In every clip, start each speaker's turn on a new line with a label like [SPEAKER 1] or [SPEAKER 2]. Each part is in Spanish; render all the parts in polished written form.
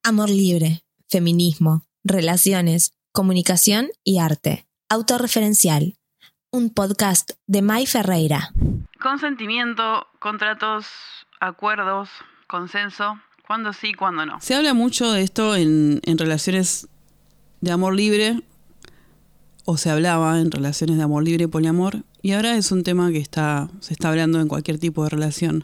[SPEAKER 1] Amor libre, feminismo, relaciones, comunicación y arte. Autorreferencial. Un podcast de May Ferreira.
[SPEAKER 2] Consentimiento, contratos, acuerdos, consenso, cuándo sí, cuándo no.
[SPEAKER 3] Se habla mucho de esto en relaciones de amor libre, o se hablaba en relaciones de amor libre y poliamor, y ahora es un tema que se está hablando en cualquier tipo de relación.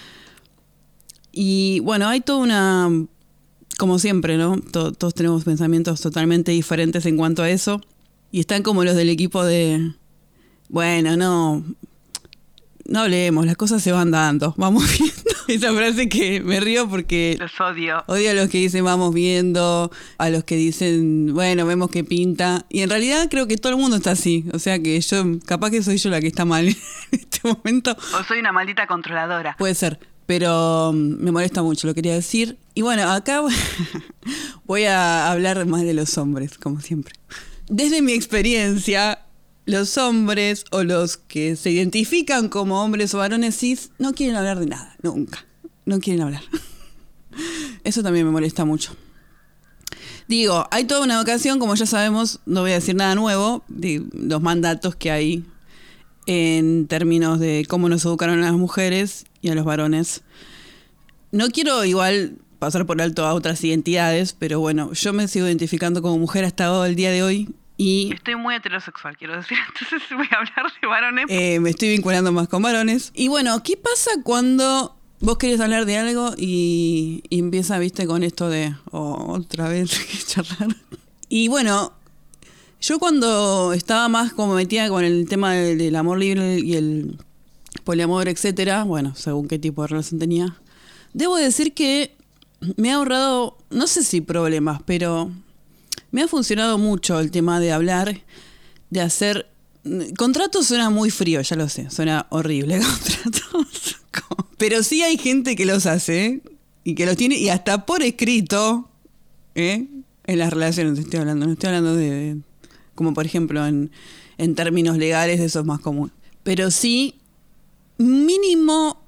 [SPEAKER 3] Y bueno, hay toda una... Como siempre, ¿no? Todos tenemos pensamientos totalmente diferentes en cuanto a eso. Y están como los del equipo de... Bueno, no hablemos, las cosas se van dando, vamos viendo. Esa frase que me río porque...
[SPEAKER 2] Los odio.
[SPEAKER 3] Odio a los que dicen vamos viendo, a los que dicen, bueno, vemos qué pinta. Y en realidad creo que todo el mundo está así. O sea que capaz que soy yo la que está mal en este momento.
[SPEAKER 2] O soy una maldita controladora.
[SPEAKER 3] Puede ser. Pero me molesta mucho, lo quería decir. Y bueno, acá voy a hablar más de los hombres, como siempre. Desde mi experiencia, los hombres o los que se identifican como hombres o varones cis no quieren hablar de nada, nunca. No quieren hablar. Eso también me molesta mucho. Digo, hay toda una educación, como ya sabemos, no voy a decir nada nuevo, de los mandatos que hay en términos de cómo nos educaron a las mujeres y a los varones. No quiero igual pasar por alto a otras identidades, pero bueno, yo me sigo identificando como mujer hasta el día de hoy y...
[SPEAKER 2] Estoy muy heterosexual, quiero decir, entonces voy a hablar de varones.
[SPEAKER 3] Me estoy vinculando más con varones. Y bueno, ¿qué pasa cuando vos querés hablar de algo y empieza, viste, con esto de otra vez que charlar? Y bueno... Yo cuando estaba más como metida con el tema del amor libre y el poliamor, etcétera, bueno, según qué tipo de relación tenía, debo decir que me ha ahorrado, no sé si problemas, pero me ha funcionado mucho el tema de hablar, de hacer... Contratos suena muy frío, ya lo sé, suena horrible contratos. Pero sí hay gente que los hace y que los tiene, y hasta por escrito, en las relaciones no estoy hablando de como por ejemplo en términos legales, eso es más común. Pero sí, mínimo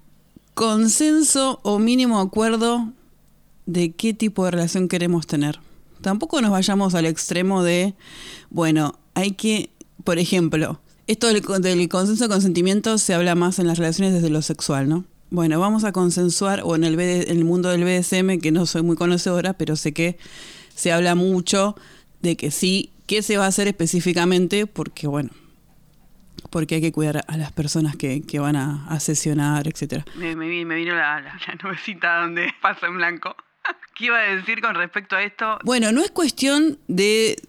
[SPEAKER 3] consenso o mínimo acuerdo de qué tipo de relación queremos tener. Tampoco nos vayamos al extremo de, bueno, hay que, por ejemplo, esto del consenso de consentimiento se habla más en las relaciones desde lo sexual, ¿no? Bueno, vamos a consensuar, o en el mundo del BDSM, que no soy muy conocedora, pero sé que se habla mucho de que sí, qué se va a hacer específicamente, porque bueno, porque hay que cuidar a las personas que van a sesionar, etcétera.
[SPEAKER 2] Me vino la nubecita donde pasa en blanco. ¿Qué iba a decir con respecto a esto?
[SPEAKER 3] Bueno, no es cuestión de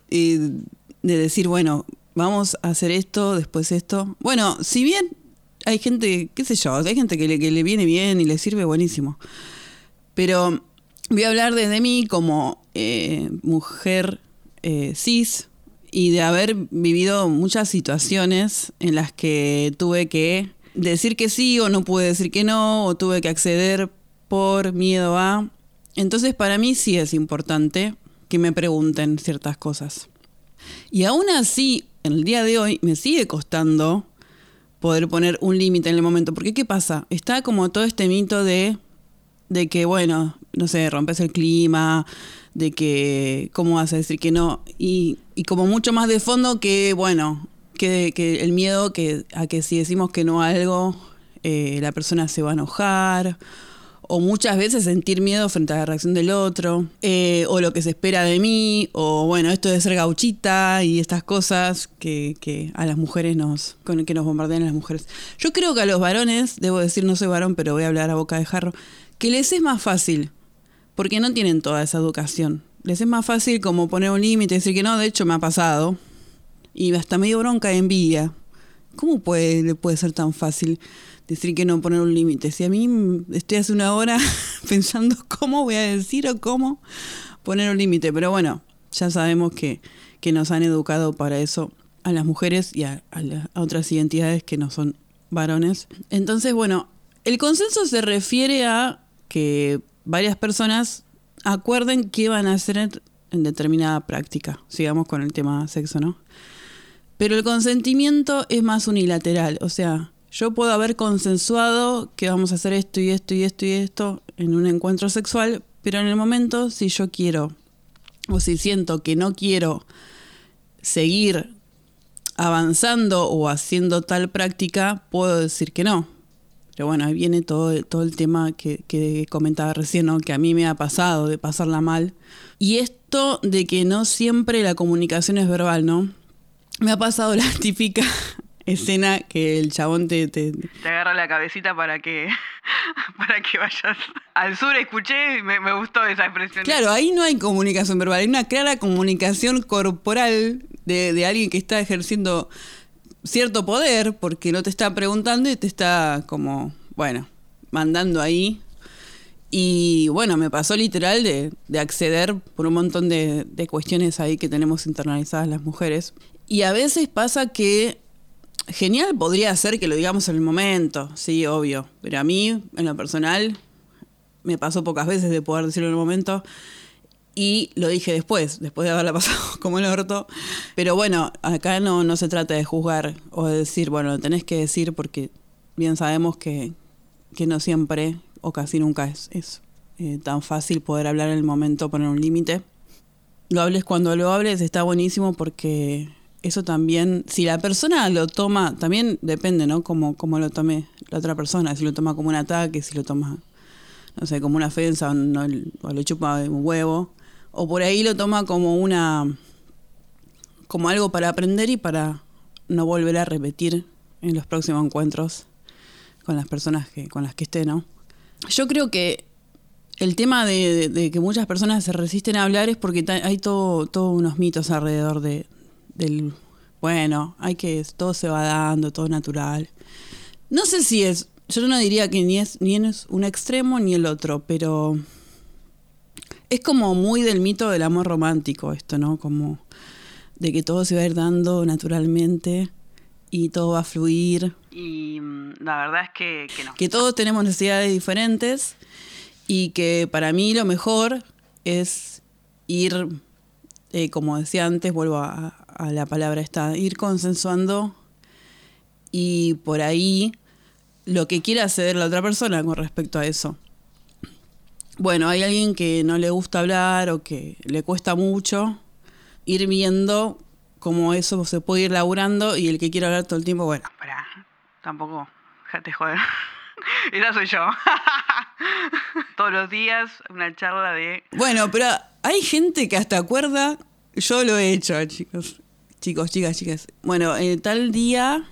[SPEAKER 3] decir, bueno, vamos a hacer esto, después esto. Bueno, si bien hay gente, qué sé yo, hay gente que le viene bien y le sirve buenísimo. Pero voy a hablar desde mí como mujer cis, y de haber vivido muchas situaciones en las que tuve que decir que sí o no pude decir que no, o tuve que acceder por miedo a... Entonces para mí sí es importante que me pregunten ciertas cosas. Y aún así, en el día de hoy, me sigue costando poder poner un límite en el momento. Porque ¿qué pasa? Está como todo este mito de que, bueno, no sé, rompes el clima, de que cómo vas a decir que no, y como mucho más de fondo que, bueno, que el miedo a que si decimos que no a algo, la persona se va a enojar, o muchas veces sentir miedo frente a la reacción del otro, o lo que se espera de mí, o bueno, esto de ser gauchita y estas cosas que a las mujeres que nos bombardean a las mujeres. Yo creo que a los varones, debo decir, no soy varón, pero voy a hablar a boca de jarro, que les es más fácil, porque no tienen toda esa educación. Les es más fácil como poner un límite y decir que no, de hecho me ha pasado. Y hasta medio bronca de envidia. ¿Cómo le puede ser tan fácil decir que no, poner un límite? Si a mí estoy hace una hora pensando cómo voy a decir o cómo poner un límite. Pero bueno, ya sabemos que nos han educado para eso a las mujeres y a otras identidades que no son varones. Entonces, bueno, el consenso se refiere a que varias personas acuerden qué van a hacer en determinada práctica. Sigamos con el tema sexo, ¿no? Pero el consentimiento es más unilateral. O sea, yo puedo haber consensuado que vamos a hacer esto y esto y esto y esto en un encuentro sexual, pero en el momento si yo quiero o si siento que no quiero seguir avanzando o haciendo tal práctica, puedo decir que no. Pero bueno, ahí viene todo el tema que comentaba recién, ¿no? Que a mí me ha pasado de pasarla mal. Y esto de que no siempre la comunicación es verbal, ¿no? Me ha pasado la típica escena que el chabón te
[SPEAKER 2] agarra la cabecita para que vayas al sur. Escuché, me gustó esa expresión.
[SPEAKER 3] Claro, ahí no hay comunicación verbal, hay una clara comunicación corporal de alguien que está ejerciendo cierto poder, porque no te está preguntando y te está como, bueno, mandando ahí. Y bueno, me pasó literal de acceder por un montón de cuestiones ahí que tenemos internalizadas las mujeres. Y a veces pasa que genial podría ser que lo digamos en el momento, sí, obvio. Pero a mí, en lo personal, me pasó pocas veces de poder decirlo en el momento. Y lo dije después de haberla pasado como el orto. Pero bueno, acá no se trata de juzgar o de decir, bueno, lo tenés que decir porque bien sabemos que no siempre o casi nunca es tan fácil poder hablar en el momento, poner un límite. Lo hables cuando lo hables, está buenísimo porque eso también, si la persona lo toma, también depende, ¿no? Como lo tome la otra persona, si lo toma como un ataque, si lo toma, no sé, como una ofensa o lo chupa un huevo. O por ahí lo toma como algo para aprender y para no volver a repetir en los próximos encuentros con las personas con las que esté, ¿no? Yo creo que el tema de que muchas personas se resisten a hablar es porque hay todo unos mitos alrededor del bueno, todo se va dando, todo natural. No sé si yo no diría que ni es un extremo ni el otro, pero es como muy del mito del amor romántico esto, ¿no? Como de que todo se va a ir dando naturalmente y todo va a fluir.
[SPEAKER 2] Y la verdad es que no.
[SPEAKER 3] Que todos tenemos necesidades diferentes y que para mí lo mejor es ir, como decía antes, vuelvo a la palabra esta, ir consensuando y por ahí lo que quiera hacer la otra persona con respecto a eso. Bueno, hay alguien que no le gusta hablar o que le cuesta mucho, ir viendo cómo eso se puede ir laburando y el que quiera hablar todo el tiempo, bueno.
[SPEAKER 2] Pará, tampoco, déjate joder. Esa soy yo. Todos los días una charla de...
[SPEAKER 3] Bueno, pero hay gente que hasta acuerda, yo lo he hecho, chicos, chicas. Bueno, tal día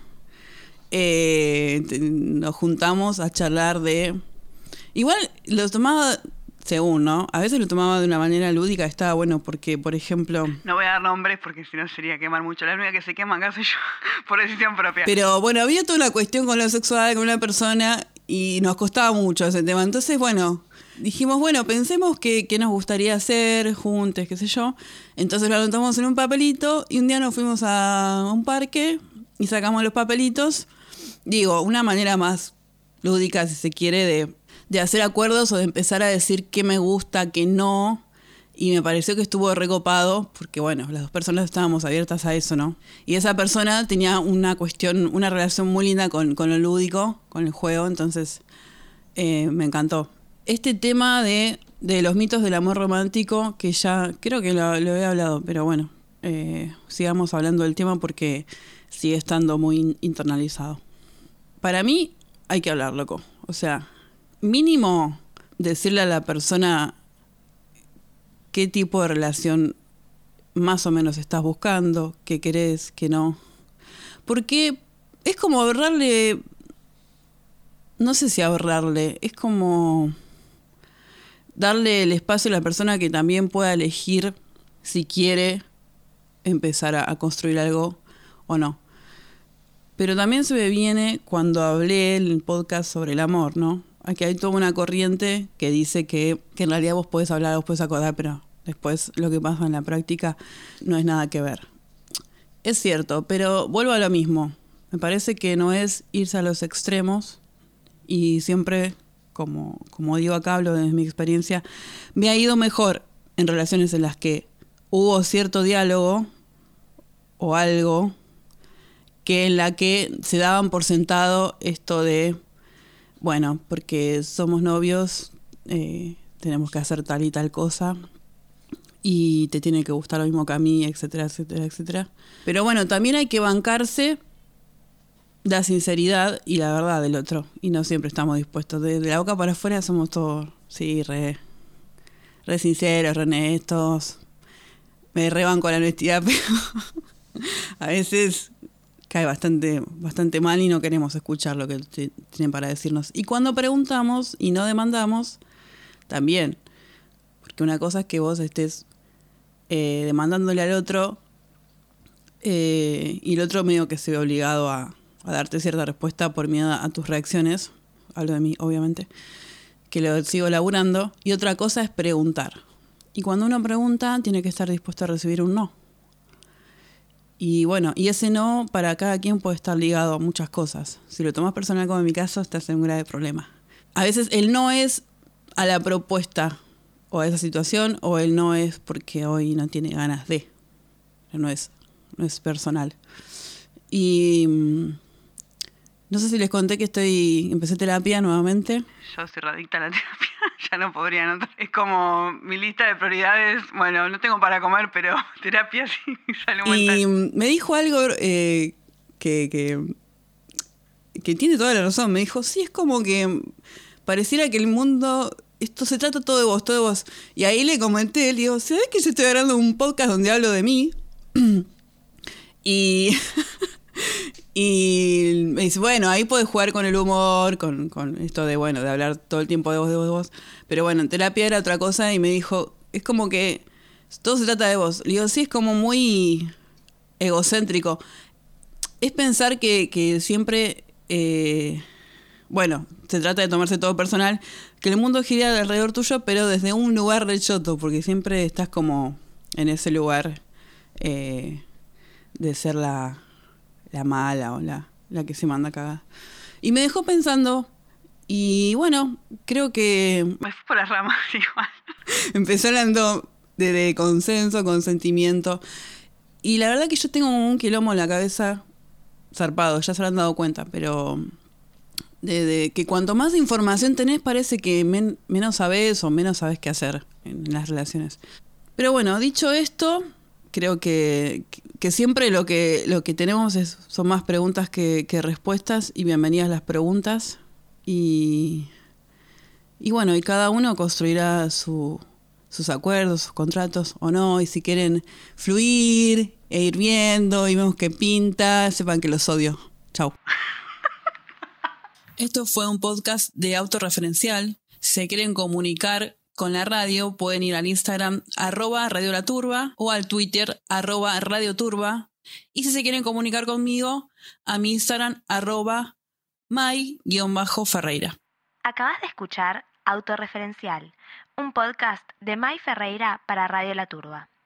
[SPEAKER 3] nos juntamos a charlar de... Igual lo tomaba... Según, ¿no? A veces lo tomaba de una manera lúdica, estaba bueno porque, por ejemplo...
[SPEAKER 2] No voy a dar nombres porque si no sería quemar mucho. La única que se quema acá soy yo, por decisión propia.
[SPEAKER 3] Pero bueno, había toda una cuestión con lo sexual, con una persona, y nos costaba mucho ese tema. Entonces, bueno, dijimos, bueno, pensemos qué nos gustaría hacer juntos, qué sé yo. Entonces lo anotamos en un papelito y un día nos fuimos a un parque y sacamos los papelitos. Digo, una manera más lúdica, si se quiere, de hacer acuerdos o de empezar a decir qué me gusta, qué no. Y me pareció que estuvo recopado, porque bueno, las dos personas estábamos abiertas a eso, ¿no? Y esa persona tenía una relación muy linda con lo lúdico, con el juego, entonces me encantó. Este tema de los mitos del amor romántico, que ya creo que lo he hablado, pero bueno, sigamos hablando del tema porque sigue estando muy internalizado. Para mí hay que hablar, loco. O sea, mínimo decirle a la persona qué tipo de relación más o menos estás buscando, qué querés, qué no. Porque es como ahorrarle, no sé si ahorrarle, es como darle el espacio a la persona que también pueda elegir si quiere empezar a construir algo o no. Pero también se me viene cuando hablé en el podcast sobre el amor, ¿no? Aquí hay toda una corriente que dice que en realidad vos podés hablar, vos podés acordar, pero después lo que pasa en la práctica no es nada que ver. Es cierto, pero vuelvo a lo mismo. Me parece que no es irse a los extremos y siempre, como digo acá, hablo desde mi experiencia, me ha ido mejor en relaciones en las que hubo cierto diálogo o algo que en la que se daban por sentado esto de, bueno, porque somos novios, tenemos que hacer tal y tal cosa y te tiene que gustar lo mismo que a mí, etcétera, etcétera, etcétera. Pero bueno, también hay que bancarse la sinceridad y la verdad del otro, y no siempre estamos dispuestos. De la boca para afuera somos todos, sí, re sinceros, re honestos, me rebanco la honestidad, pero a veces cae bastante mal y no queremos escuchar lo que tienen para decirnos. Y cuando preguntamos y no demandamos, también, porque una cosa es que vos estés demandándole al otro y el otro medio que se ve obligado a darte cierta respuesta por miedo a tus reacciones, hablo de mí obviamente, que lo sigo laburando, y otra cosa es preguntar. Y cuando uno pregunta tiene que estar dispuesto a recibir un no. Y bueno, y ese no para cada quien puede estar ligado a muchas cosas. Si lo tomas personal, como en mi caso, estás en un grave problema. A veces el no es a la propuesta o a esa situación, o el no es porque hoy no tiene ganas de. No es personal. Y no sé si les conté que empecé terapia nuevamente.
[SPEAKER 2] Yo soy adicta a la terapia, ya no podría anotar. Es como mi lista de prioridades. Bueno, no tengo para comer, pero terapia sí, salud mental.
[SPEAKER 3] Y me dijo algo que tiene toda la razón. Me dijo, sí, es como que pareciera que el mundo, esto se trata todo de vos, todo de vos. Y ahí le comenté, le digo, ¿sabés que yo estoy grabando un podcast donde hablo de mí? Y me dice, bueno, ahí podés jugar con el humor, con esto de, bueno, de hablar todo el tiempo de vos. Pero bueno, en terapia era otra cosa y me dijo, es como que todo se trata de vos. Le digo, sí, es como muy egocéntrico. Es pensar que siempre, bueno, se trata de tomarse todo personal, que el mundo gira alrededor tuyo, pero desde un lugar re choto, porque siempre estás como en ese lugar de ser la mala o la que se manda cagada. Y me dejó pensando, y bueno, creo que
[SPEAKER 2] Me fui por las ramas igual.
[SPEAKER 3] empecé hablando de consenso, consentimiento, y la verdad que yo tengo un quilombo en la cabeza zarpado, ya se lo han dado cuenta, pero de que cuanto más información tenés parece que menos sabés o menos sabés qué hacer en las relaciones. Pero bueno, dicho esto, creo que siempre lo que tenemos son más preguntas que respuestas, y bienvenidas las preguntas. Y bueno, y cada uno construirá sus acuerdos, sus contratos o no, y si quieren fluir e ir viendo y vemos qué pinta, sepan que los odio. Chau. Esto fue un podcast de autorreferencial. Si se quieren comunicar con la radio, pueden ir al Instagram @radiolaturba o al Twitter @radioturba. Y si se quieren comunicar conmigo, a mi Instagram @my_ferreira.
[SPEAKER 1] Acabas de escuchar Autorreferencial, un podcast de May Ferreira para Radio La Turba.